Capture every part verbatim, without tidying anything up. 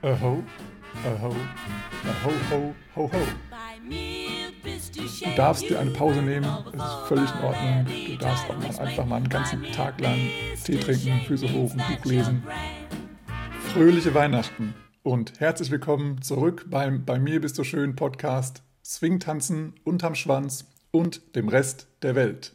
Aho, aho, aho, ho, ho, ho. Du darfst dir eine Pause nehmen, es ist völlig in Ordnung. Du darfst auch mal einfach mal einen ganzen Tag lang Tee trinken, Füße hoch, ein Buch lesen. Fröhliche Weihnachten und herzlich willkommen zurück beim Bei mir bist du schön Podcast Swing-Tanzen unterm Schwanz und dem Rest der Welt.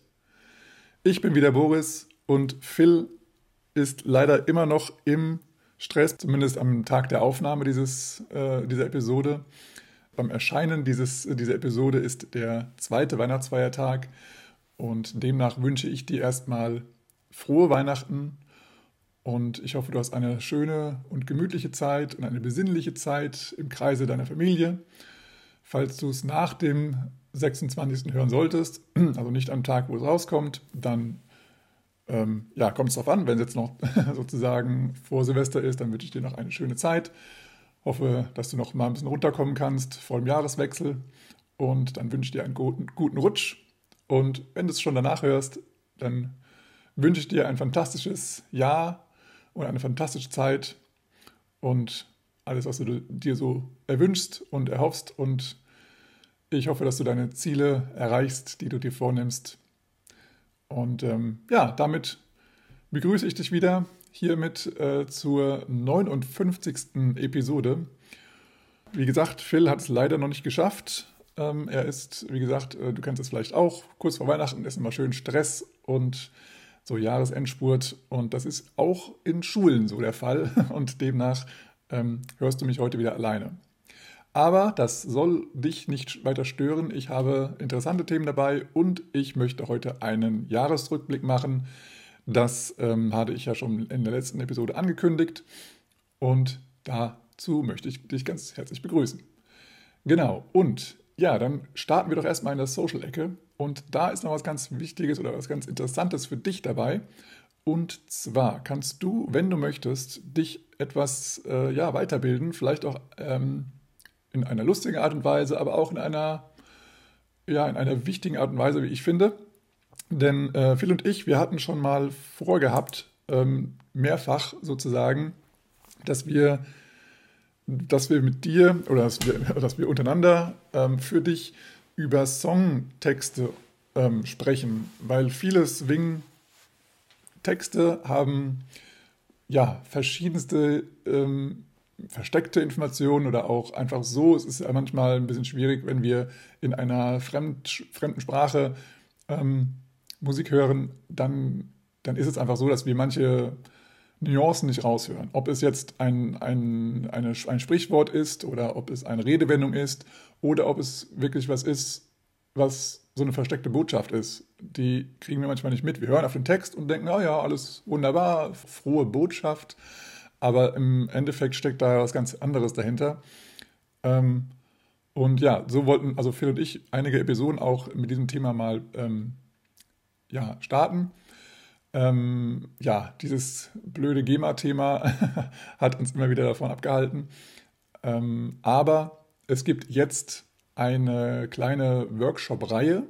Ich bin wieder Boris und Phil ist leider immer noch im Stress, zumindest am Tag der Aufnahme dieses, äh, dieser Episode. Beim Erscheinen dieses, dieser Episode ist der zweite Weihnachtsfeiertag und demnach wünsche ich dir erstmal frohe Weihnachten und ich hoffe, du hast eine schöne und gemütliche Zeit und eine besinnliche Zeit im Kreise deiner Familie. Falls du es nach dem sechsundzwanzigsten hören solltest, also nicht am Tag, wo es rauskommt, dann ähm, ja, kommt es darauf an. Wenn es jetzt noch sozusagen vor Silvester ist, dann wünsche ich dir noch eine schöne Zeit. Hoffe, dass du noch mal ein bisschen runterkommen kannst vor dem Jahreswechsel und dann wünsche ich dir einen guten, guten Rutsch. Und wenn du es schon danach hörst, dann wünsche ich dir ein fantastisches Jahr und eine fantastische Zeit und alles, was du dir so erwünschst und erhoffst. Und ich hoffe, dass du deine Ziele erreichst, die du dir vornimmst. Und ähm, ja, damit begrüße ich dich wieder hiermit äh, zur neunundfünfzigsten Episode. Wie gesagt, Phil hat es leider noch nicht geschafft. Ähm, er ist, wie gesagt, äh, du kennst es vielleicht auch, kurz vor Weihnachten ist immer schön Stress und so Jahresendspurt. Und das ist auch in Schulen so der Fall. Und demnach ähm, hörst du mich heute wieder alleine. Aber das soll dich nicht weiter stören. Ich habe interessante Themen dabei und ich möchte heute einen Jahresrückblick machen. Das ähm, hatte ich ja schon in der letzten Episode angekündigt und dazu möchte ich dich ganz herzlich begrüßen. Genau, und ja, dann starten wir doch erstmal in der Social-Ecke und da ist noch was ganz Wichtiges oder was ganz Interessantes für dich dabei. Und zwar kannst du, wenn du möchtest, dich etwas äh, ja, weiterbilden, vielleicht auch ähm, in einer lustigen Art und Weise, aber auch in einer, ja, in einer wichtigen Art und Weise, wie ich finde. Denn äh, Phil und ich, wir hatten schon mal vorgehabt, ähm, mehrfach sozusagen, dass wir, dass wir mit dir oder dass wir, dass wir untereinander ähm, für dich über Songtexte ähm, sprechen, weil viele Swing-Texte haben ja verschiedenste ähm, versteckte Informationen oder auch einfach so. Es ist ja manchmal ein bisschen schwierig, wenn wir in einer fremd, fremden Sprache ähm, Musik hören, dann, dann ist es einfach so, dass wir manche Nuancen nicht raushören. Ob es jetzt ein, ein, eine, ein Sprichwort ist oder ob es eine Redewendung ist oder ob es wirklich was ist, was so eine versteckte Botschaft ist. Die kriegen wir manchmal nicht mit. Wir hören auf den Text und denken, oh ja, alles wunderbar, frohe Botschaft. Aber im Endeffekt steckt da was ganz anderes dahinter. Ähm, und ja, so wollten also Phil und ich einige Episoden auch mit diesem Thema mal ähm, ja, starten. Ähm, ja, dieses blöde GEMA-Thema hat uns immer wieder davon abgehalten. Ähm, aber es gibt jetzt eine kleine Workshop-Reihe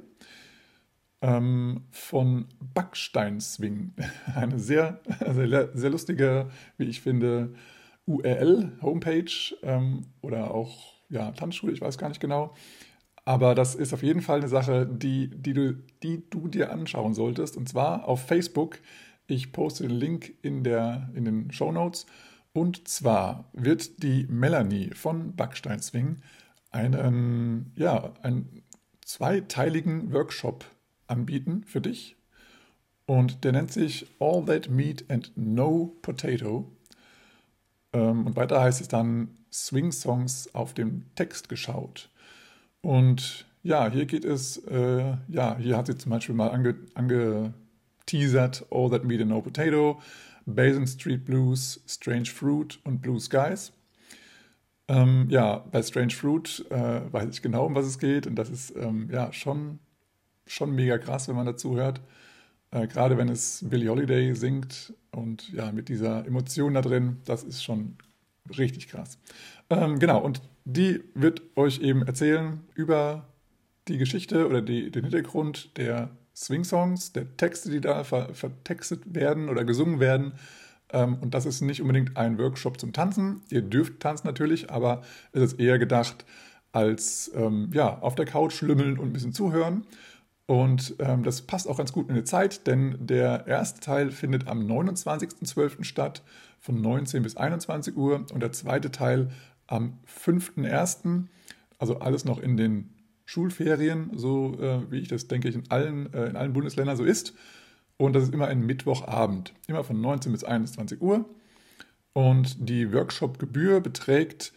ähm, von Backstein Swing. Eine sehr, sehr, sehr lustige, wie ich finde, U R L, Homepage ähm, oder auch ja, Tanzschule, ich weiß gar nicht genau. Aber das ist auf jeden Fall eine Sache, die, die, du, die du dir anschauen solltest. Und zwar auf Facebook. Ich poste den Link in, der, in den Shownotes. Und zwar wird die Melanie von Backstein Swing einen, ja, einen zweiteiligen Workshop anbieten für dich. Und der nennt sich All That Meat and No Potato. Ähm, und weiter heißt es dann Swing Songs auf dem Text geschaut. Und ja, hier geht es, äh, ja, hier hat sie zum Beispiel mal ange, angeteasert All That Meat and No Potato, Basin Street Blues, Strange Fruit und Blue Skies. Ähm, ja, bei Strange Fruit äh, weiß ich genau, um was es geht und das ist ähm, ja schon, schon mega krass, wenn man dazu hört. Äh, gerade wenn es Billie Holiday singt und ja, mit dieser Emotion da drin, das ist schon richtig krass. Ähm, genau, und die wird euch eben erzählen über die Geschichte oder die, den Hintergrund der Swing-Songs, der Texte, die da ver, vertextet werden oder gesungen werden, Ähm, und das ist nicht unbedingt ein Workshop zum Tanzen. Ihr dürft tanzen natürlich, aber es ist eher gedacht als ähm, ja, auf der Couch lümmeln und ein bisschen zuhören. Und ähm, das passt auch ganz gut in die Zeit, denn der erste Teil findet am neunundzwanzigsten zwölften statt, von neunzehn bis einundzwanzig Uhr, und der zweite Teil am fünften ersten Also alles noch in den Schulferien, so äh, wie ich das, denke ich, in allen, äh, in allen Bundesländern so ist. Und das ist immer ein Mittwochabend, immer von neunzehn bis einundzwanzig Uhr. Und die Workshop-Gebühr beträgt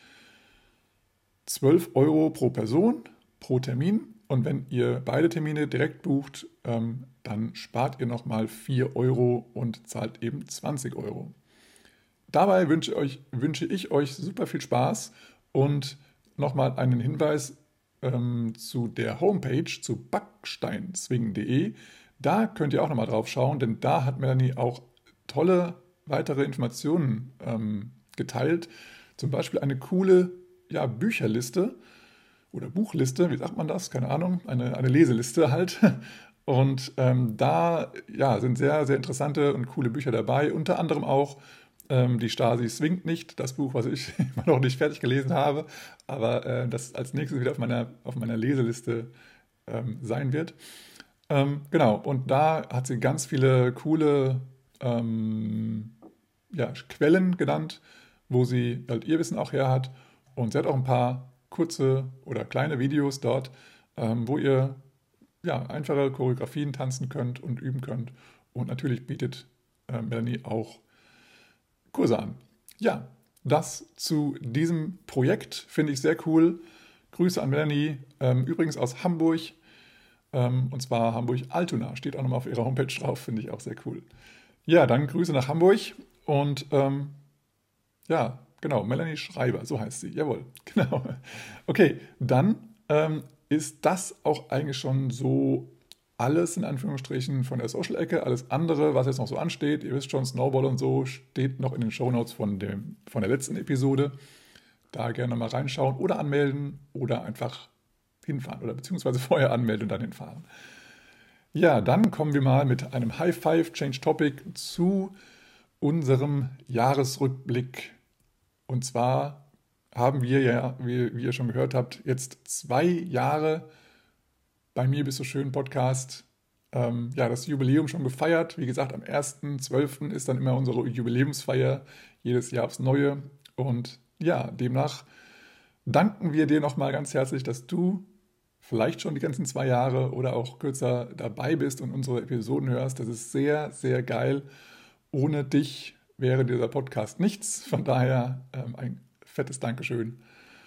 zwölf Euro pro Person, pro Termin. Und wenn ihr beide Termine direkt bucht, ähm, dann spart ihr nochmal vier Euro und zahlt eben zwanzig Euro. Dabei wünsche ich euch, wünsche ich euch super viel Spaß und nochmal einen Hinweis ähm, zu der Homepage, zu backsteinzwingen punkt de. Da könnt ihr auch nochmal drauf schauen, denn da hat Melanie auch tolle weitere Informationen ähm, geteilt. Zum Beispiel eine coole ja, Bücherliste oder Buchliste, wie sagt man das? Keine Ahnung, eine, eine Leseliste halt. Und ähm, da ja, sind sehr, sehr interessante und coole Bücher dabei, unter anderem auch ähm, Die Stasi swingt nicht, das Buch, was ich immer noch nicht fertig gelesen habe, aber äh, das als nächstes wieder auf meiner, auf meiner Leseliste ähm, sein wird. Ähm, genau, und da hat sie ganz viele coole ähm, ja, Quellen genannt, wo sie halt ihr Wissen auch her hat. Und sie hat auch ein paar kurze oder kleine Videos dort, ähm, wo ihr ja, einfache Choreografien tanzen könnt und üben könnt. Und natürlich bietet äh, Melanie auch Kurse an. Ja, das zu diesem Projekt finde ich sehr cool. Grüße an Melanie, ähm, übrigens aus Hamburg. Ähm, und zwar Hamburg-Altona, steht auch nochmal auf ihrer Homepage drauf, finde ich auch sehr cool. Ja, dann Grüße nach Hamburg und ähm, ja, genau, Melanie Schreiber, so heißt sie, jawohl, genau. Okay, dann ähm, ist das auch eigentlich schon so alles in Anführungsstrichen von der Social-Ecke. Alles andere, was jetzt noch so ansteht, ihr wisst schon, Snowball und so, steht noch in den Shownotes von, dem, von der letzten Episode. Da gerne mal reinschauen oder anmelden oder einfach hinfahren oder beziehungsweise vorher anmelden und dann hinfahren. Ja, dann kommen wir mal mit einem High Five Change Topic zu unserem Jahresrückblick. Und zwar haben wir ja, wie, wie ihr schon gehört habt, jetzt zwei Jahre bei Mir bist du schön Podcast, ähm, ja, das Jubiläum schon gefeiert. Wie gesagt, am ersten zwölften ist dann immer unsere Jubiläumsfeier, jedes Jahr aufs Neue. Und ja, demnach danken wir dir nochmal ganz herzlich, dass du vielleicht schon die ganzen zwei Jahre oder auch kürzer dabei bist und unsere Episoden hörst. Das ist sehr, sehr geil. Ohne dich wäre dieser Podcast nichts. Von daher ähm, ein fettes Dankeschön.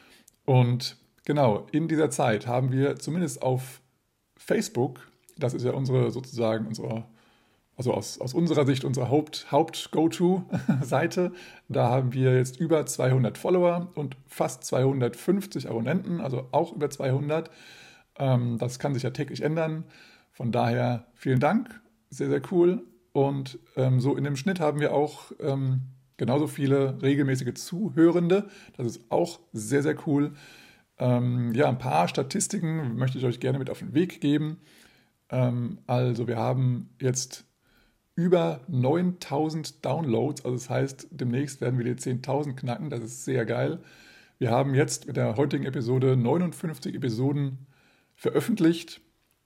Und genau, in dieser Zeit haben wir zumindest auf Facebook, das ist ja unsere sozusagen unsere, also aus, aus unserer Sicht unsere Haupt, Haupt-Go-To-Seite, da haben wir jetzt über zweihundert Follower und fast zweihundertfünfzig Abonnenten, also auch über zweihundert. Ähm, das kann sich ja täglich ändern. Von daher vielen Dank, sehr, sehr cool. Und ähm, so in dem Schnitt haben wir auch ähm, genauso viele regelmäßige Zuhörende. Das ist auch sehr, sehr cool. Ähm, ja, ein paar Statistiken möchte ich euch gerne mit auf den Weg geben. Ähm, also wir haben jetzt über neuntausend Downloads, also das heißt, demnächst werden wir die zehntausend knacken, das ist sehr geil. Wir haben jetzt mit der heutigen Episode neunundfünfzig Episoden veröffentlicht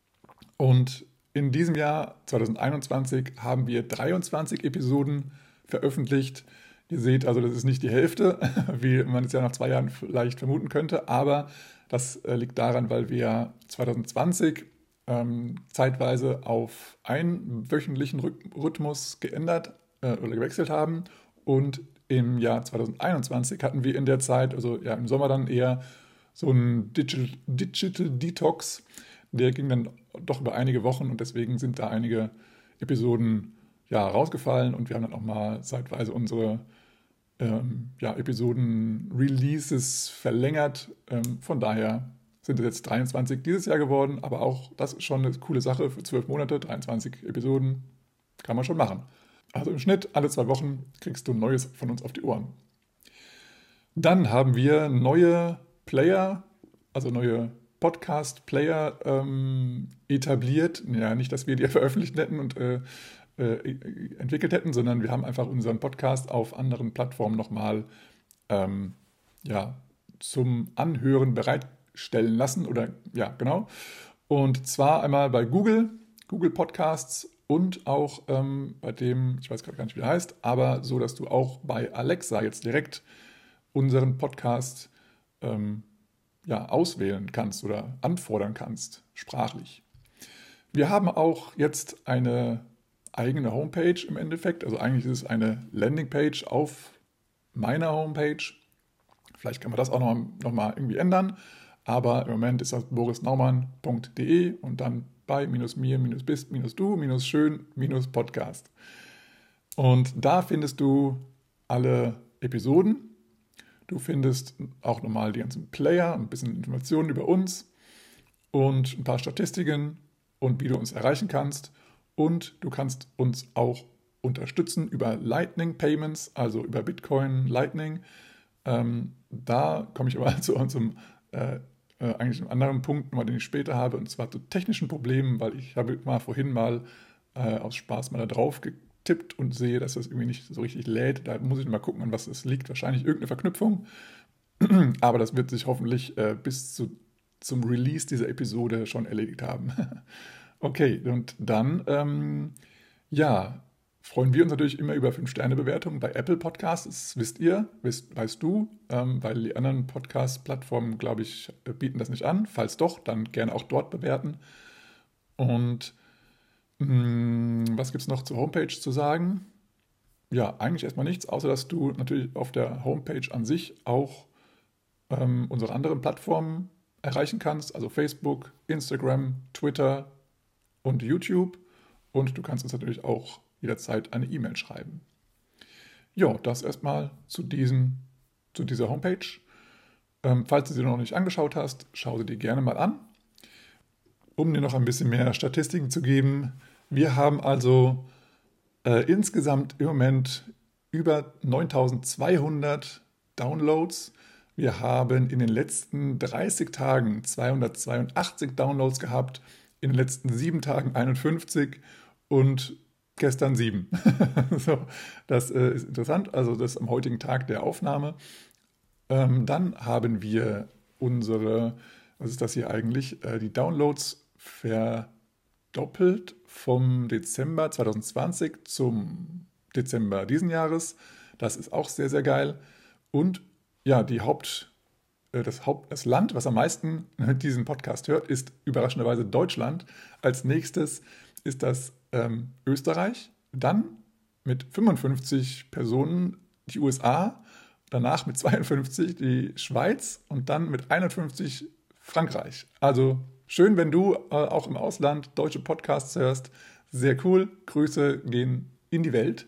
und in diesem Jahr zweitausendeinundzwanzig haben wir dreiundzwanzig Episoden veröffentlicht. Ihr seht also, das ist nicht die Hälfte, wie man es ja nach zwei Jahren vielleicht vermuten könnte, aber das liegt daran, weil wir zweitausendzwanzig ähm, zeitweise auf einen wöchentlichen Rhythmus geändert äh, oder gewechselt haben und im Jahr zweitausendeinundzwanzig hatten wir in der Zeit, also ja im Sommer dann eher so einen Digital, Digital Detox, der ging dann doch über einige Wochen und deswegen sind da einige Episoden ja, rausgefallen und wir haben dann auch mal zeitweise unsere ähm, ja, Episoden-Releases verlängert. Ähm, von daher sind es jetzt dreiundzwanzig dieses Jahr geworden, aber auch das ist schon eine coole Sache für zwölf Monate, dreiundzwanzig Episoden, kann man schon machen. Also im Schnitt alle zwei Wochen kriegst du Neues von uns auf die Ohren. Dann haben wir neue Player, also neue Podcast-Player ähm, etabliert. Ja, nicht, dass wir die veröffentlicht hätten und äh, äh, entwickelt hätten, sondern wir haben einfach unseren Podcast auf anderen Plattformen nochmal ähm, ja, zum Anhören bereitstellen lassen. Oder ja, genau. Und zwar einmal bei Google, Google Podcasts und auch ähm, bei dem, ich weiß gerade gar nicht, wie der heißt, aber so, dass du auch bei Alexa jetzt direkt unseren Podcast ähm, ja, auswählen kannst oder anfordern kannst, sprachlich. Wir haben auch jetzt eine eigene Homepage im Endeffekt. Also eigentlich ist es eine Landingpage auf meiner Homepage. Vielleicht kann man das auch noch, noch mal irgendwie ändern. Aber im Moment ist das boris naumann punkt de und dann bei minus mir, minus bist, minus du, minus schön, minus Podcast. Und da findest du alle Episoden. Du findest auch nochmal die ganzen Player, ein bisschen Informationen über uns und ein paar Statistiken und wie du uns erreichen kannst. Und du kannst uns auch unterstützen über Lightning Payments, also über Bitcoin Lightning. Ähm, da komme ich aber zu unserem äh, äh, eigentlich einem anderen Punkt, den ich später habe, und zwar zu technischen Problemen, weil ich habe mal vorhin mal äh, aus Spaß mal da drauf getippt und sehe, dass das irgendwie nicht so richtig lädt. Da muss ich mal gucken, an was es liegt. Wahrscheinlich irgendeine Verknüpfung. Aber das wird sich hoffentlich äh, bis zu, zum Release dieser Episode schon erledigt haben. Okay, und dann, ähm, ja, freuen wir uns natürlich immer über fünf Sterne Bewertungen bei Apple Podcasts. Das wisst ihr, wisst, weißt du, ähm, weil die anderen Podcast-Plattformen, glaube ich, bieten das nicht an. Falls doch, dann gerne auch dort bewerten. Und mh, was gibt es noch zur Homepage zu sagen? Ja, eigentlich erstmal nichts, außer dass du natürlich auf der Homepage an sich auch ähm, unsere anderen Plattformen erreichen kannst, also Facebook, Instagram, Twitter und YouTube. Und du kannst uns natürlich auch jederzeit eine E-Mail schreiben. Ja, das erstmal zu, diesen, zu dieser Homepage. Ähm, falls du sie noch nicht angeschaut hast, schau sie dir gerne mal an. Um dir noch ein bisschen mehr Statistiken zu geben, wir haben also äh, insgesamt im Moment über neuntausendzweihundert Downloads. Wir haben in den letzten dreißig Tagen zweihundertzweiundachtzig Downloads gehabt, in den letzten sieben Tagen einundfünfzig und gestern sieben. So, das äh, ist interessant, also das ist am heutigen Tag der Aufnahme. Ähm, dann haben wir unsere, was ist das hier eigentlich, äh, die Downloads verdoppelt vom Dezember zweitausendzwanzig zum Dezember diesen Jahres. Das ist auch sehr, sehr geil. Und ja, die Haupt, äh, das, Haupt, das Land, was am meisten diesen Podcast hört, ist überraschenderweise Deutschland. Als nächstes ist das ähm, Österreich, dann mit fünfundfünfzig Personen die U S A, danach mit zweiundfünfzig die Schweiz und dann mit einundfünfzig Frankreich. Also schön, wenn du äh, auch im Ausland deutsche Podcasts hörst. Sehr cool. Grüße gehen in die Welt.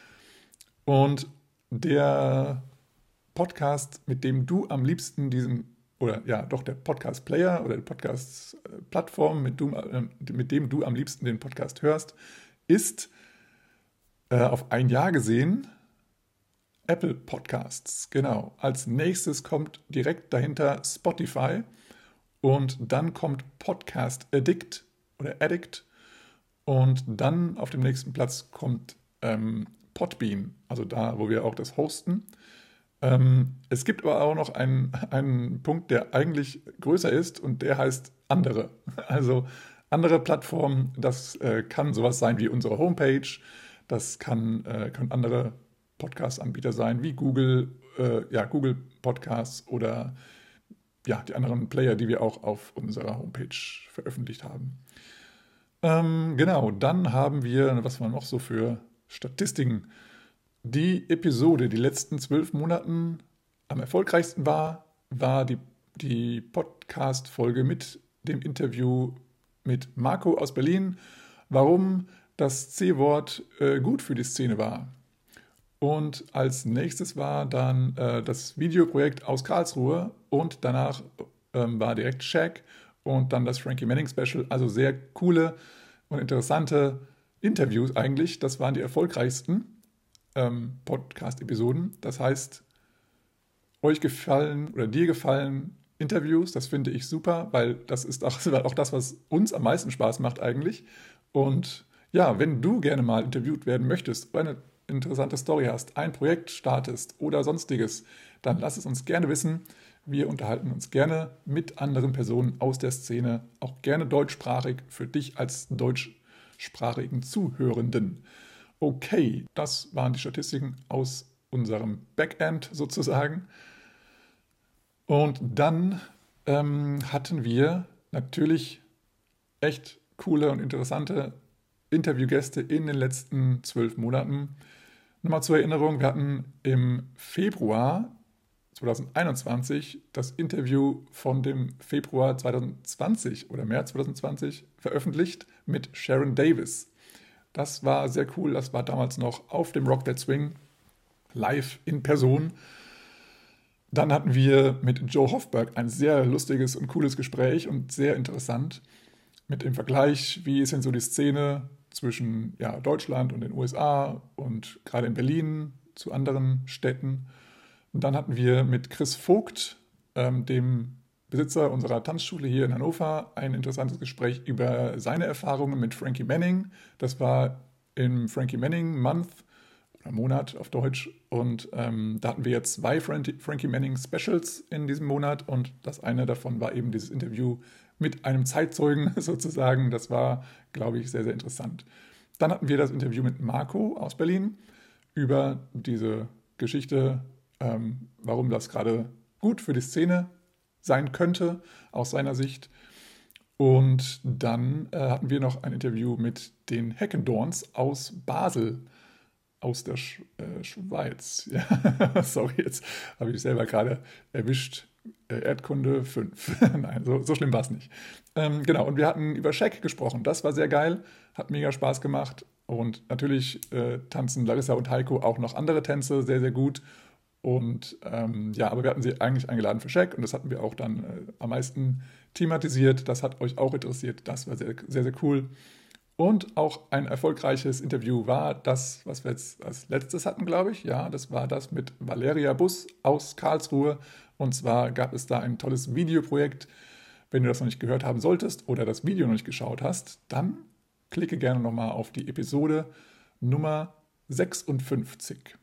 Und der Podcast, mit dem du am liebsten diesen, oder ja, doch der Podcast-Player oder die Podcast-Plattform, mit, äh, mit dem du am liebsten den Podcast hörst, ist äh, auf ein Jahr gesehen Apple Podcasts. Genau. Als nächstes kommt direkt dahinter Spotify und dann kommt Podcast Addict oder Addict und dann auf dem nächsten Platz kommt ähm, Podbean, also da, wo wir auch das hosten. Ähm, es gibt aber auch noch einen, einen Punkt, der eigentlich größer ist und der heißt andere. Also andere Plattformen, das äh, kann sowas sein wie unsere Homepage, das kann, äh, können andere Podcast-Anbieter sein wie Google, äh, ja, Google Podcasts oder ja, die anderen Player, die wir auch auf unserer Homepage veröffentlicht haben. Ähm, genau, dann haben wir, was waren noch so für Statistiken? Die Episode, die letzten zwölf Monaten am erfolgreichsten war, war die, die Podcast-Folge mit dem Interview mit Marco aus Berlin, warum das C-Wort äh, gut für die Szene war. Und als nächstes war dann äh, das Videoprojekt aus Karlsruhe und danach ähm, war direkt Shaq und dann das Frankie Manning Special. Also sehr coole und interessante Interviews eigentlich. Das waren die erfolgreichsten ähm, Podcast-Episoden. Das heißt, euch gefallen oder dir gefallen Interviews. Das finde ich super, weil das ist auch, auch das, was uns am meisten Spaß macht eigentlich. Und Ja, wenn du gerne mal interviewt werden möchtest, eine interessante Story hast, ein Projekt startest oder sonstiges, dann lass es uns gerne wissen. Wir unterhalten uns gerne mit anderen Personen aus der Szene, auch gerne deutschsprachig für dich als deutschsprachigen Zuhörenden. Okay, das waren die Statistiken aus unserem Backend sozusagen. Und dann ähm, hatten wir natürlich echt coole und interessante Interviewgäste in den letzten zwölf Monaten. Nochmal zur Erinnerung, wir hatten im Februar zwanzig einundzwanzig das Interview von dem Februar zwanzig zwanzig oder März zwanzig zwanzig veröffentlicht mit Sharon Davis. Das war sehr cool, das war damals noch auf dem Rock That Swing, live in Person. Dann hatten wir mit Joe Hofberg ein sehr lustiges und cooles Gespräch und sehr interessant mit dem Vergleich, wie ist denn so die Szene zwischen ja, Deutschland und den U S A und gerade in Berlin zu anderen Städten. Und dann hatten wir mit Chris Vogt, ähm, dem Besitzer unserer Tanzschule hier in Hannover, ein interessantes Gespräch über seine Erfahrungen mit Frankie Manning. Das war im Frankie Manning Month oder Monat auf Deutsch. Und ähm, da hatten wir jetzt zwei Frankie, Frankie Manning Specials in diesem Monat. Und das eine davon war eben dieses Interview mit einem Zeitzeugen sozusagen. Das war, glaube ich, sehr, sehr interessant. Dann hatten wir das Interview mit Marco aus Berlin über diese Geschichte, ähm, warum das gerade gut für die Szene sein könnte, aus seiner Sicht. Und dann äh, hatten wir noch ein Interview mit den Heckendorns aus Basel, aus der Sch äh, Schweiz. Ja, sorry, jetzt habe ich selber gerade erwischt. Erdkunde fünf. Nein, so, so schlimm war es nicht. Ähm, genau, und wir hatten über Shaq gesprochen. Das war sehr geil, hat mega Spaß gemacht. Und natürlich äh, tanzen Larissa und Heiko auch noch andere Tänze sehr, sehr gut. Und ähm, ja, aber wir hatten sie eigentlich eingeladen für Shaq und das hatten wir auch dann äh, am meisten thematisiert. Das hat euch auch interessiert. Das war sehr, sehr, sehr cool. Und auch ein erfolgreiches Interview war das, was wir jetzt als letztes hatten, glaube ich. Ja, das war das mit Valeria Buss aus Karlsruhe. Und zwar gab es da ein tolles Videoprojekt. Wenn du das noch nicht gehört haben solltest oder das Video noch nicht geschaut hast, dann klicke gerne nochmal auf die Episode Nummer sechsundfünfzig.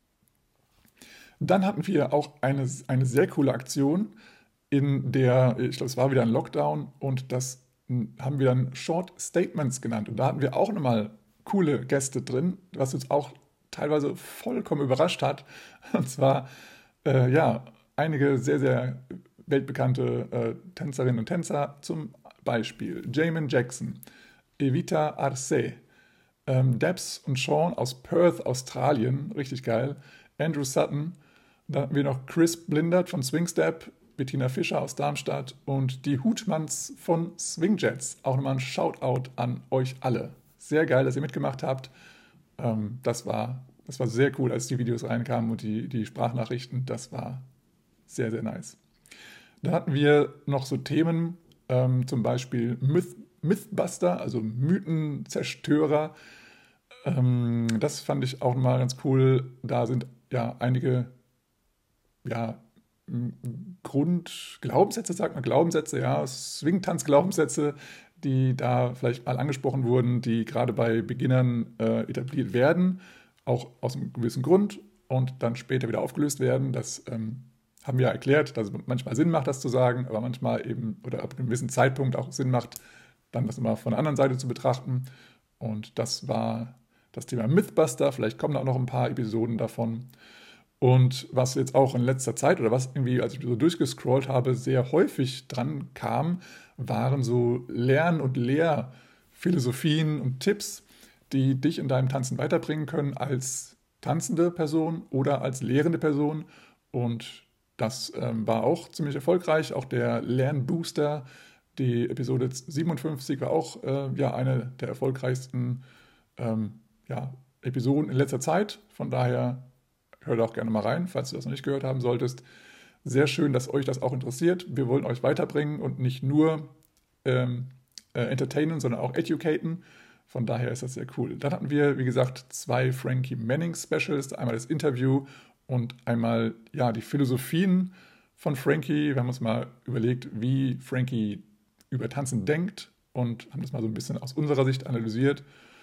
Dann hatten wir auch eine, eine sehr coole Aktion, in der, ich glaube, es war wieder ein Lockdown und das haben wir dann Short Statements genannt. Und da hatten wir auch nochmal coole Gäste drin, was uns auch teilweise vollkommen überrascht hat. Und zwar, äh, ja, einige sehr, sehr weltbekannte äh, Tänzerinnen und Tänzer, zum Beispiel Jamin Jackson, Evita Arce, ähm, Debs und Sean aus Perth, Australien, richtig geil, Andrew Sutton, dann hatten wir noch Chris Blindert von Swingstep, Bettina Fischer aus Darmstadt und die Hutmanns von Swingjets. Auch nochmal ein Shoutout an euch alle. Sehr geil, dass ihr mitgemacht habt. Ähm, das war, das war sehr cool, als die Videos reinkamen und die, die Sprachnachrichten. Das war sehr, sehr nice. Dann hatten wir noch so Themen, ähm, zum Beispiel Myth, Mythbuster, also Mythenzerstörer. Ähm, das fand ich auch nochmal ganz cool. Da sind ja einige, ja, Grundglaubenssätze, sagt man, Glaubenssätze, ja, Swing-Tanz-Glaubenssätze, die da vielleicht mal angesprochen wurden, die gerade bei Beginnern äh, etabliert werden, auch aus einem gewissen Grund und dann später wieder aufgelöst werden. Das ähm, haben wir ja erklärt, dass es manchmal Sinn macht, das zu sagen, aber manchmal eben oder ab einem gewissen Zeitpunkt auch Sinn macht, dann das immer von der anderen Seite zu betrachten. Und das war das Thema Mythbuster. Vielleicht kommen da auch noch ein paar Episoden davon. Und was jetzt auch in letzter Zeit oder was irgendwie, als ich so durchgescrollt habe, sehr häufig dran kam, waren so Lern- und Lehrphilosophien und Tipps, die dich in deinem Tanzen weiterbringen können als tanzende Person oder als lehrende Person. Und das ähm, war auch ziemlich erfolgreich. Auch der Lernbooster, die Episode siebenundfünfzig, war auch äh, ja, eine der erfolgreichsten ähm, ja, Episoden in letzter Zeit. Von daher hör da auch gerne mal rein, falls du das noch nicht gehört haben solltest. Sehr schön, dass euch das auch interessiert. Wir wollen euch weiterbringen und nicht nur ähm, äh, entertainen, sondern auch educaten. Von daher ist das sehr cool. Dann hatten wir, wie gesagt, zwei Frankie Manning Specials. Einmal das Interview und einmal ja, die Philosophien von Frankie. Wir haben uns mal überlegt, wie Frankie über Tanzen denkt und haben das mal so ein bisschen aus unserer Sicht analysiert.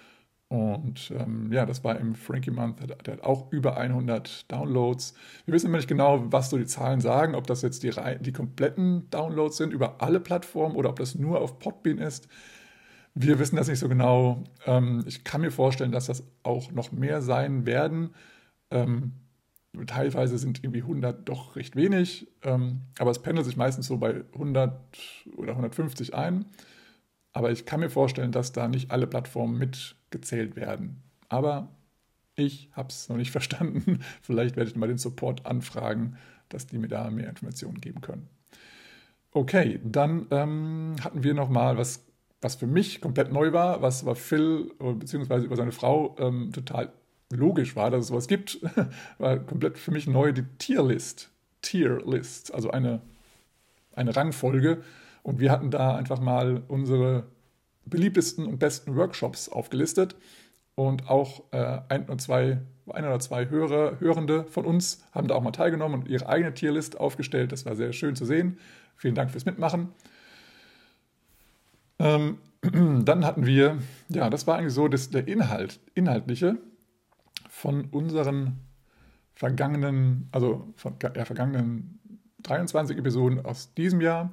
Und ähm, ja, das war im Frankie Month, der, der hat auch über hundert Downloads. Wir wissen immer nicht genau, was so die Zahlen sagen, ob das jetzt die, die kompletten Downloads sind über alle Plattformen oder ob das nur auf Podbean ist. Wir wissen das nicht so genau. Ähm, ich kann mir vorstellen, dass das auch noch mehr sein werden. Ähm, teilweise sind irgendwie hundert doch recht wenig, ähm, aber es pendelt sich meistens so bei hundert oder hundertfünfzig ein. Aber ich kann mir vorstellen, dass da nicht alle Plattformen mitgezählt werden. Aber ich habe es noch nicht verstanden. Vielleicht werde ich mal den Support anfragen, dass die mir da mehr Informationen geben können. Okay, dann ähm, hatten wir noch mal was, was für mich komplett neu war, was aber Phil bzw. über seine Frau ähm, total logisch war, dass es sowas gibt. War komplett für mich neu, die Tierlist. Tierlist, also eine, eine Rangfolge. Und wir hatten da einfach mal unsere beliebtesten und besten Workshops aufgelistet. Und auch äh, ein, oder zwei, ein oder zwei Hörer, Hörende von uns haben da auch mal teilgenommen und ihre eigene Tierlist aufgestellt. Das war sehr schön zu sehen. Vielen Dank fürs Mitmachen. Ähm, dann hatten wir, ja, das war eigentlich so das, der Inhalt, inhaltliche von unseren vergangenen, also von ja, vergangenen dreiundzwanzig Episoden aus diesem Jahr.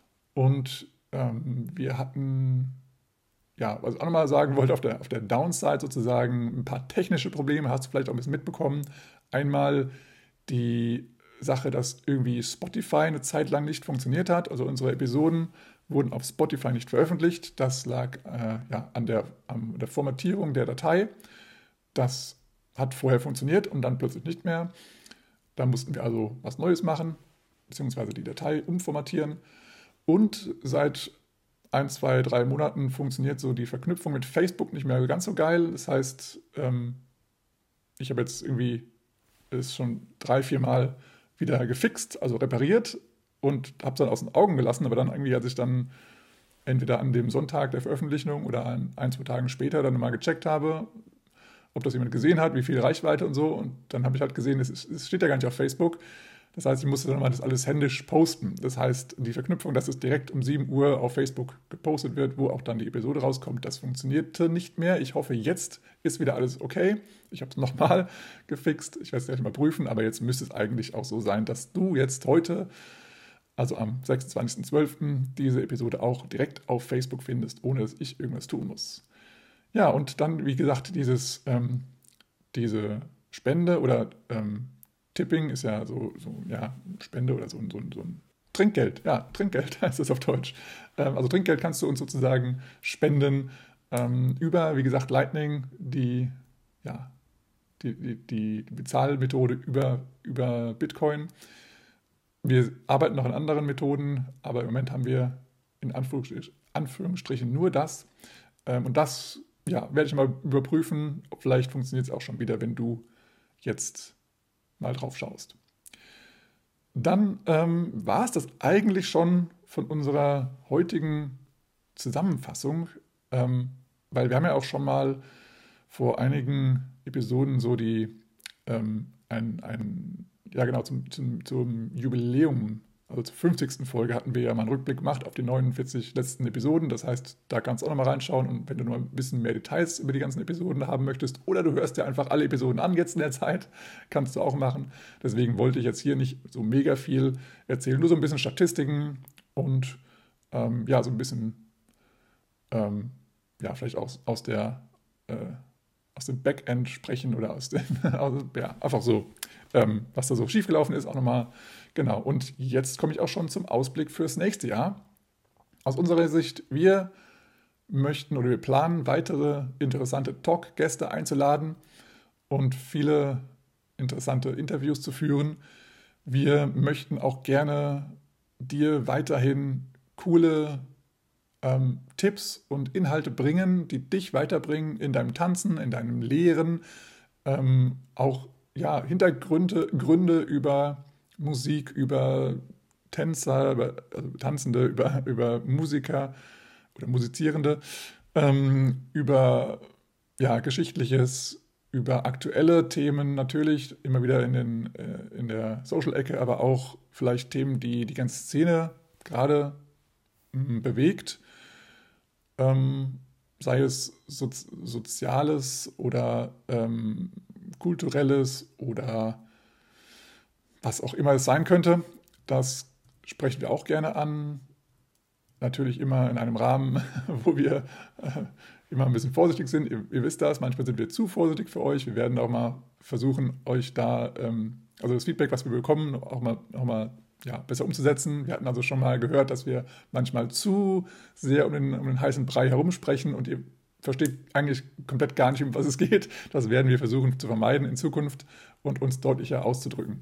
Und ähm, wir hatten, ja, was ich auch nochmal sagen wollte, auf der, auf der Downside sozusagen ein paar technische Probleme, hast du vielleicht auch ein bisschen mitbekommen. Einmal die Sache, dass irgendwie Spotify eine Zeit lang nicht funktioniert hat. Also unsere Episoden wurden auf Spotify nicht veröffentlicht. Das lag äh, ja, an, der, an der Formatierung der Datei. Das hat vorher funktioniert und dann plötzlich nicht mehr. Da mussten wir also was Neues machen, beziehungsweise die Datei umformatieren. Und seit ein, zwei, drei Monaten funktioniert so die Verknüpfung mit Facebook nicht mehr ganz so geil. Das heißt, ähm, ich habe jetzt irgendwie es schon drei, vier Mal wieder gefixt, also repariert und habe es dann aus den Augen gelassen. Aber dann irgendwie, als ich dann entweder an dem Sonntag der Veröffentlichung oder ein, ein zwei Tagen später dann mal gecheckt habe, ob das jemand gesehen hat, wie viel Reichweite und so. Und dann habe ich halt gesehen, es, es steht ja gar nicht auf Facebook. Das heißt, ich musste dann mal das alles händisch posten. Das heißt, die Verknüpfung, dass es direkt um sieben Uhr auf Facebook gepostet wird, wo auch dann die Episode rauskommt, das funktionierte nicht mehr. Ich hoffe, jetzt ist wieder alles okay. Ich habe es nochmal gefixt. Ich werde es gleich mal prüfen, aber jetzt müsste es eigentlich auch so sein, dass du jetzt heute, also am sechsundzwanzigsten zwölften, diese Episode auch direkt auf Facebook findest, ohne dass ich irgendwas tun muss. Ja, und dann, wie gesagt, dieses, ähm, diese Spende oder ähm, Tipping ist ja so, so ja, Spende oder so, so, so ein Trinkgeld. Ja, Trinkgeld heißt das auf Deutsch. Ähm, also Trinkgeld kannst du uns sozusagen spenden ähm, über, wie gesagt, Lightning, die, ja, die, die, die Bezahlmethode über, über Bitcoin. Wir arbeiten noch an anderen Methoden, aber im Moment haben wir in Anführungsstrichen, Anführungsstrichen nur das. Ähm, und das ja, werde ich mal überprüfen. Vielleicht funktioniert es auch schon wieder, wenn du jetzt mal drauf schaust. Dann ähm, war es das eigentlich schon von unserer heutigen Zusammenfassung, ähm, weil wir haben ja auch schon mal vor einigen Episoden so die ähm, ein, ein ja genau zum, zum, zum Jubiläum, also zur fünfzigsten Folge hatten wir ja mal einen Rückblick gemacht auf die neunundvierzig letzten Episoden. Das heißt, da kannst du auch nochmal reinschauen und wenn du noch ein bisschen mehr Details über die ganzen Episoden haben möchtest oder du hörst dir einfach alle Episoden an jetzt in der Zeit, kannst du auch machen. Deswegen wollte ich jetzt hier nicht so mega viel erzählen, nur so ein bisschen Statistiken und ähm, ja, so ein bisschen ähm, ja, vielleicht auch aus der äh, aus dem Backend sprechen oder aus dem, aus, ja, einfach so, ähm, was da so schiefgelaufen ist, auch nochmal. Genau, und jetzt komme ich auch schon zum Ausblick fürs nächste Jahr. Aus unserer Sicht, wir möchten oder wir planen, weitere interessante Talk-Gäste einzuladen und viele interessante Interviews zu führen. Wir möchten auch gerne dir weiterhin coole ähm, Tipps und Inhalte bringen, die dich weiterbringen in deinem Tanzen, in deinem Lehren, ähm, auch ja, Hintergründe Gründe über Musik, über Tänzer, über also Tanzende, über, über Musiker oder Musizierende, ähm, über ja, Geschichtliches, über aktuelle Themen natürlich, immer wieder in, den, äh, in der Social-Ecke, aber auch vielleicht Themen, die die ganze Szene gerade mh, bewegt. Ähm, sei es so, Soziales oder ähm, Kulturelles oder was auch immer es sein könnte. Das sprechen wir auch gerne an. Natürlich immer in einem Rahmen, wo wir äh, immer ein bisschen vorsichtig sind. Ihr, ihr wisst das, manchmal sind wir zu vorsichtig für euch. Wir werden auch mal versuchen, euch da, ähm, also das Feedback, was wir bekommen, auch mal, auch mal ja, besser umzusetzen. Wir hatten also schon mal gehört, dass wir manchmal zu sehr um den, um den heißen Brei herumsprechen und ihr versteht eigentlich komplett gar nicht, um was es geht. Das werden wir versuchen zu vermeiden in Zukunft und uns deutlicher auszudrücken.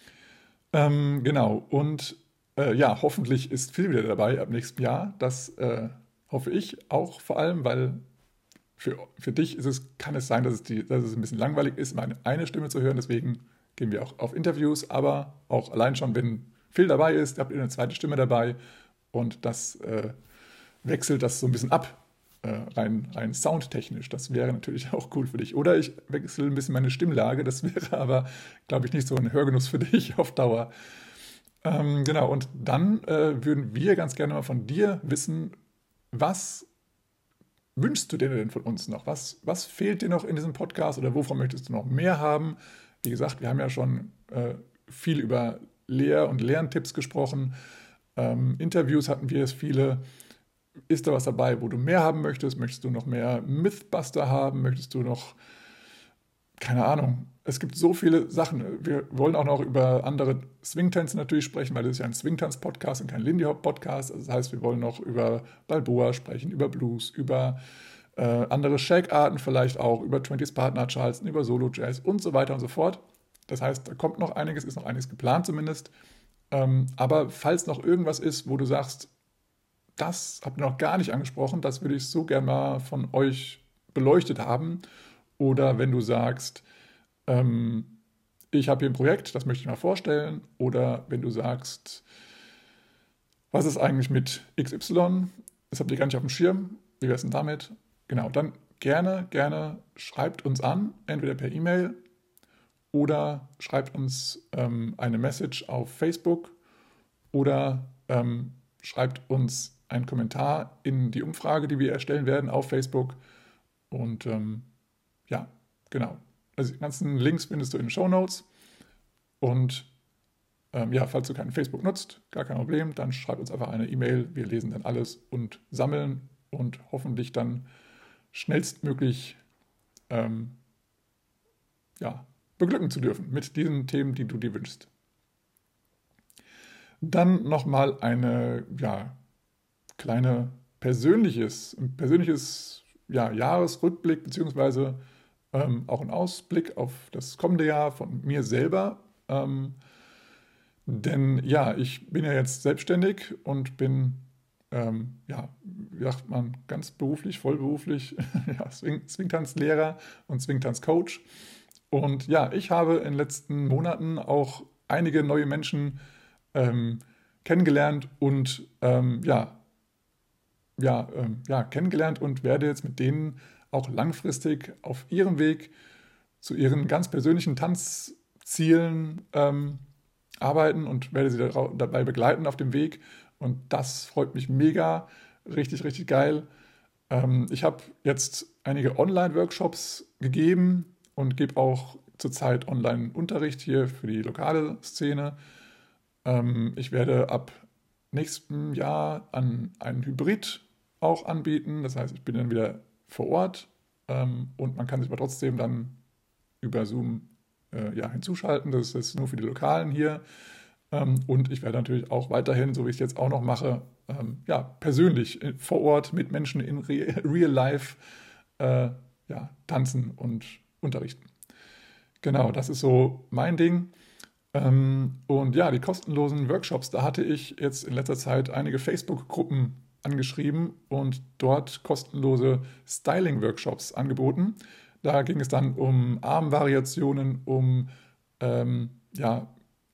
Ähm, genau, und äh, ja, hoffentlich ist Phil wieder dabei ab nächstem Jahr. Das äh, hoffe ich auch vor allem, weil für, für dich ist es, kann es sein, dass es, die, dass es ein bisschen langweilig ist, meine eine Stimme zu hören. Deswegen gehen wir auch auf Interviews, aber auch allein schon, wenn Phil dabei ist, habt ihr eine zweite Stimme dabei und das äh, wechselt das so ein bisschen ab, äh, rein, rein soundtechnisch. Das wäre natürlich auch cool für dich. Oder ich wechsle ein bisschen meine Stimmlage, das wäre aber, glaube ich, nicht so ein Hörgenuss für dich auf Dauer. Ähm, genau, und dann äh, würden wir ganz gerne mal von dir wissen, was wünschst du dir denn von uns noch? Was, was fehlt dir noch in diesem Podcast oder wovon möchtest du noch mehr haben? Wie gesagt, wir haben ja schon äh, viel über Lehr- und Lerntipps gesprochen. Ähm, Interviews hatten wir es viele. Ist da was dabei, wo du mehr haben möchtest? Möchtest du noch mehr Mythbuster haben? Möchtest du noch, keine Ahnung, es gibt so viele Sachen. Wir wollen auch noch über andere Swingtänze natürlich sprechen, weil das ist ja ein Swingtanz-Podcast und kein Lindy-Hop-Podcast. Also das heißt, wir wollen noch über Balboa sprechen, über Blues, über äh, andere Shake-Arten vielleicht auch, über zwanzig's Partner Charleston, über Solo-Jazz und so weiter und so fort. Das heißt, da kommt noch einiges, ist noch einiges geplant zumindest. Ähm, aber falls noch irgendwas ist, wo du sagst, das habt ihr noch gar nicht angesprochen, das würde ich so gerne mal von euch beleuchtet haben. Oder wenn du sagst, ähm, ich habe hier ein Projekt, das möchte ich mal vorstellen. Oder wenn du sagst, was ist eigentlich mit X Y? Das habt ihr gar nicht auf dem Schirm. Wie wäre es denn damit? Genau, dann gerne, gerne schreibt uns an, entweder per E-Mail oder schreibt uns ähm, eine Message auf Facebook oder ähm, schreibt uns einen Kommentar in die Umfrage, die wir erstellen werden auf Facebook. Und ähm, ja, genau. Also die ganzen Links findest du in den Shownotes. Und ähm, ja, falls du keinen Facebook nutzt, gar kein Problem, dann schreib uns einfach eine E-Mail. Wir lesen dann alles und sammeln und hoffentlich dann schnellstmöglich ähm, ja, beglücken zu dürfen mit diesen Themen, die du dir wünschst. Dann nochmal eine ja, kleine persönliches, ein persönliches ja, Jahresrückblick beziehungsweise ähm, auch ein Ausblick auf das kommende Jahr von mir selber. Ähm, denn ja, ich bin ja jetzt selbstständig und bin, ähm, ja, wie sagt man, ganz beruflich, vollberuflich, ja, Swing, Swingtanzlehrer und Swingtanzcoach. Und ja, ich habe in den letzten Monaten auch einige neue Menschen ähm, kennengelernt und ähm, ja, ja, ähm, ja, kennengelernt und werde jetzt mit denen auch langfristig auf ihrem Weg zu ihren ganz persönlichen Tanzzielen ähm, arbeiten und werde sie da, dabei begleiten auf dem Weg. Und das freut mich mega, richtig, richtig geil. Ähm, ich habe jetzt einige Online-Workshops gegeben und gebe auch zurzeit Online-Unterricht hier für die lokale Szene. Ähm, ich werde ab nächstem Jahr an einen Hybrid auch anbieten. Das heißt, ich bin dann wieder vor Ort ähm, und man kann sich aber trotzdem dann über Zoom äh, ja, hinzuschalten. Das ist nur für die Lokalen hier. Ähm, und ich werde natürlich auch weiterhin, so wie ich es jetzt auch noch mache, ähm, ja, persönlich in, vor Ort mit Menschen in Re- Real Life äh, ja, tanzen und unterrichten. Genau, das ist so mein Ding. Ähm, und ja, die kostenlosen Workshops, da hatte ich jetzt in letzter Zeit einige Facebook-Gruppen angeschrieben und dort kostenlose Styling-Workshops angeboten. Da ging es dann um Armvariationen, um ähm, ja,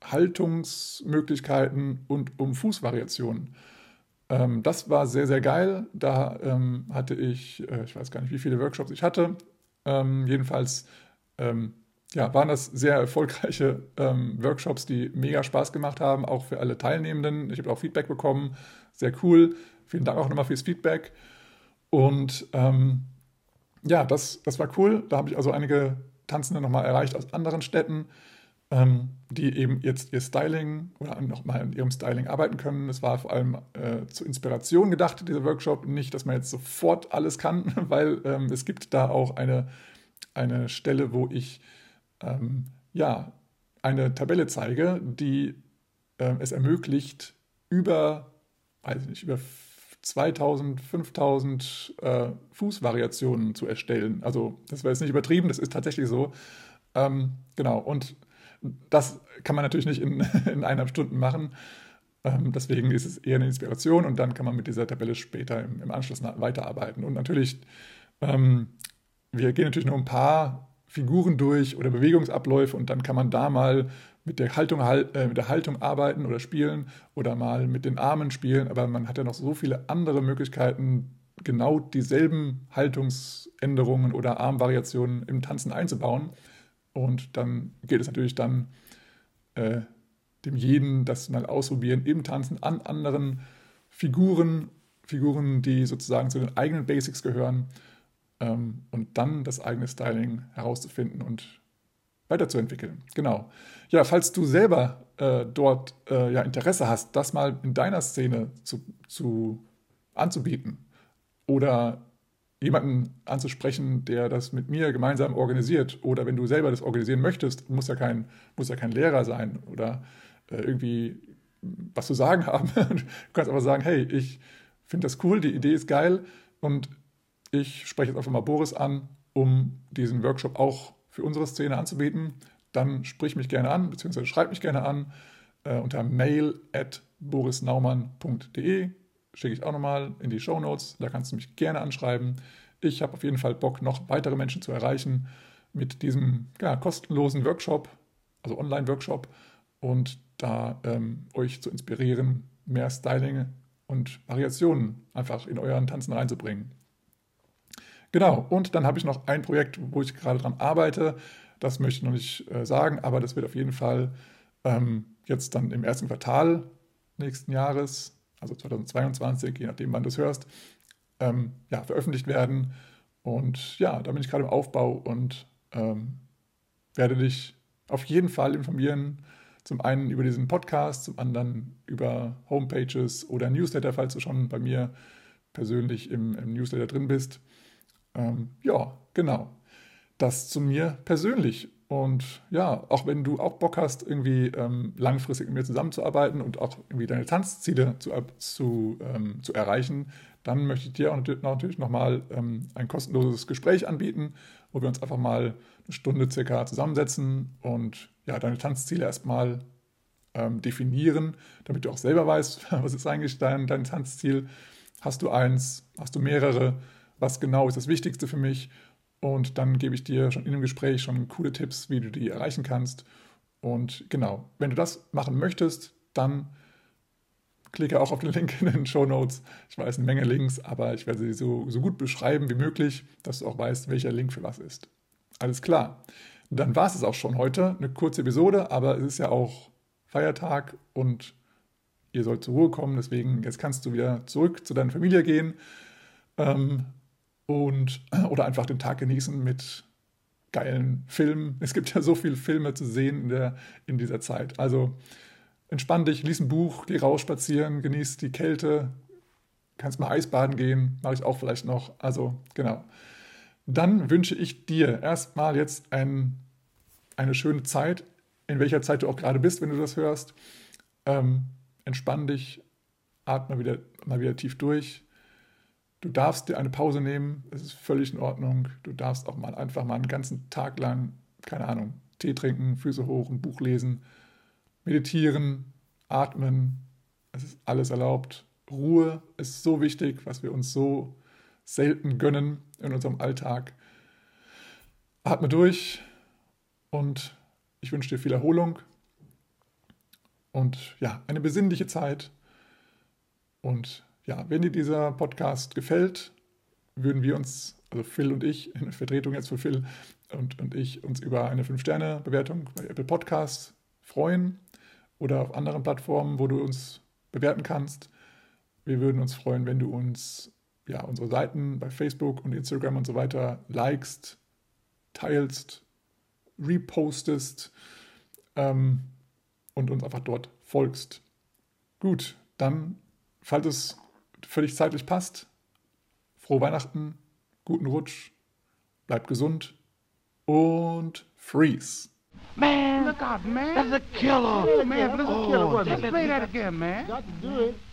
Haltungsmöglichkeiten und um Fußvariationen. Ähm, das war sehr, sehr geil. Da ähm, hatte ich, äh, ich weiß gar nicht, wie viele Workshops ich hatte. Ähm, jedenfalls ähm, ja, waren das sehr erfolgreiche ähm, Workshops, die mega Spaß gemacht haben, auch für alle Teilnehmenden. Ich habe auch Feedback bekommen. Sehr cool. Vielen Dank auch nochmal fürs Feedback. Und ähm, ja, das, das war cool. Da habe ich also einige Tanzende nochmal erreicht aus anderen Städten, ähm, die eben jetzt ihr Styling oder nochmal an ihrem Styling arbeiten können. Es war vor allem äh, zur Inspiration gedacht, dieser Workshop. Nicht, dass man jetzt sofort alles kann, weil ähm, es gibt da auch eine, eine Stelle, wo ich ähm, ja, eine Tabelle zeige, die äh, es ermöglicht, über, weiß ich nicht, über zweitausend, fünftausend äh, Fußvariationen zu erstellen. Also das war jetzt nicht übertrieben, das ist tatsächlich so. Ähm, genau, und das kann man natürlich nicht in, in eineinhalb Stunden machen. Ähm, deswegen ist es eher eine Inspiration und dann kann man mit dieser Tabelle später im, im Anschluss weiterarbeiten. Und natürlich, ähm, wir gehen natürlich nur ein paar Figuren durch oder Bewegungsabläufe und dann kann man da mal mit der Haltung, äh, mit der Haltung arbeiten oder spielen oder mal mit den Armen spielen, aber man hat ja noch so viele andere Möglichkeiten, genau dieselben Haltungsänderungen oder Armvariationen im Tanzen einzubauen. Und dann gilt es natürlich dann, äh, dem jeden das mal ausprobieren im Tanzen an anderen Figuren, Figuren, die sozusagen zu den eigenen Basics gehören, ähm, und dann das eigene Styling herauszufinden und weiterzuentwickeln. Genau. Ja, falls du selber äh, dort äh, ja, Interesse hast, das mal in deiner Szene zu, zu anzubieten oder jemanden anzusprechen, der das mit mir gemeinsam organisiert, oder wenn du selber das organisieren möchtest, muss ja kein, muss ja kein Lehrer sein oder äh, irgendwie was zu sagen haben. Du kannst aber sagen, hey, ich finde das cool, die Idee ist geil und ich spreche jetzt einfach mal Boris an, um diesen Workshop auch für unsere Szene anzubieten. Dann sprich mich gerne an, beziehungsweise schreib mich gerne an äh, unter mail at borisnaumann punkt de. Schicke ich auch nochmal in die Shownotes, da kannst du mich gerne anschreiben. Ich habe auf jeden Fall Bock, noch weitere Menschen zu erreichen mit diesem ja, kostenlosen Workshop, also Online-Workshop, und da ähm, euch zu inspirieren, mehr Styling und Variationen einfach in euren Tanzen reinzubringen. Genau, und dann habe ich noch ein Projekt, wo ich gerade dran arbeite. Das möchte ich noch nicht äh, sagen, aber das wird auf jeden Fall ähm, jetzt dann im ersten Quartal nächsten Jahres, also zweitausendzweiundzwanzig, je nachdem, wann du es hörst, ähm, ja, veröffentlicht werden. Und ja, da bin ich gerade im Aufbau und ähm, werde dich auf jeden Fall informieren. Zum einen über diesen Podcast, zum anderen über Homepages oder Newsletter, falls du schon bei mir persönlich im, im Newsletter drin bist. Ähm, ja, genau. Das zu mir persönlich. Und ja, auch wenn du auch Bock hast, irgendwie ähm, langfristig mit mir zusammenzuarbeiten und auch irgendwie deine Tanzziele zu, zu, ähm, zu erreichen, dann möchte ich dir auch natürlich nochmal ähm, ein kostenloses Gespräch anbieten, wo wir uns einfach mal eine Stunde circa zusammensetzen und ja, deine Tanzziele erstmal ähm, definieren, damit du auch selber weißt, was ist eigentlich dein, dein Tanzziel. Hast du eins? Hast du mehrere? Was genau ist das Wichtigste für mich? Und dann gebe ich dir schon in dem Gespräch schon coole Tipps, wie du die erreichen kannst. Und genau, wenn du das machen möchtest, dann klicke auch auf den Link in den Shownotes. Ich weiß, eine Menge Links, aber ich werde sie so, so gut beschreiben wie möglich, dass du auch weißt, welcher Link für was ist. Alles klar. Dann war es es auch schon heute. Eine kurze Episode, aber es ist ja auch Feiertag und ihr sollt zur Ruhe kommen. Deswegen, jetzt kannst du wieder zurück zu deiner Familie gehen. Ähm, Und, oder einfach den Tag genießen mit geilen Filmen. Es gibt ja so viele Filme zu sehen in, der, in dieser Zeit. Also entspann dich, lies ein Buch, geh raus spazieren, genieß die Kälte, kannst mal Eisbaden gehen, mache ich auch vielleicht noch. Also genau. Dann wünsche ich dir erstmal jetzt ein, eine schöne Zeit, in welcher Zeit du auch gerade bist, wenn du das hörst. Ähm, entspann dich, atme wieder, mal wieder tief durch. Du darfst dir eine Pause nehmen, es ist völlig in Ordnung. Du darfst auch mal einfach mal einen ganzen Tag lang, keine Ahnung, Tee trinken, Füße hoch, ein Buch lesen, meditieren, atmen. Es ist alles erlaubt. Ruhe ist so wichtig, was wir uns so selten gönnen in unserem Alltag. Atme durch und ich wünsche dir viel Erholung und ja, eine besinnliche Zeit. Und ja, wenn dir dieser Podcast gefällt, würden wir uns, also Phil und ich, in Vertretung jetzt für Phil und, und ich, uns über eine fünf Sterne Bewertung bei Apple Podcasts freuen oder auf anderen Plattformen, wo du uns bewerten kannst. Wir würden uns freuen, wenn du uns ja, unsere Seiten bei Facebook und Instagram und so weiter likest, teilst, repostest ähm, und uns einfach dort folgst. Gut, dann, falls es für dich zeitlich passt, frohe Weihnachten, guten Rutsch, bleib gesund und freeze. Man, look out, man. That's a killer. Oh, man, that's a killer. Oh, let's play that again, man. Got to do it.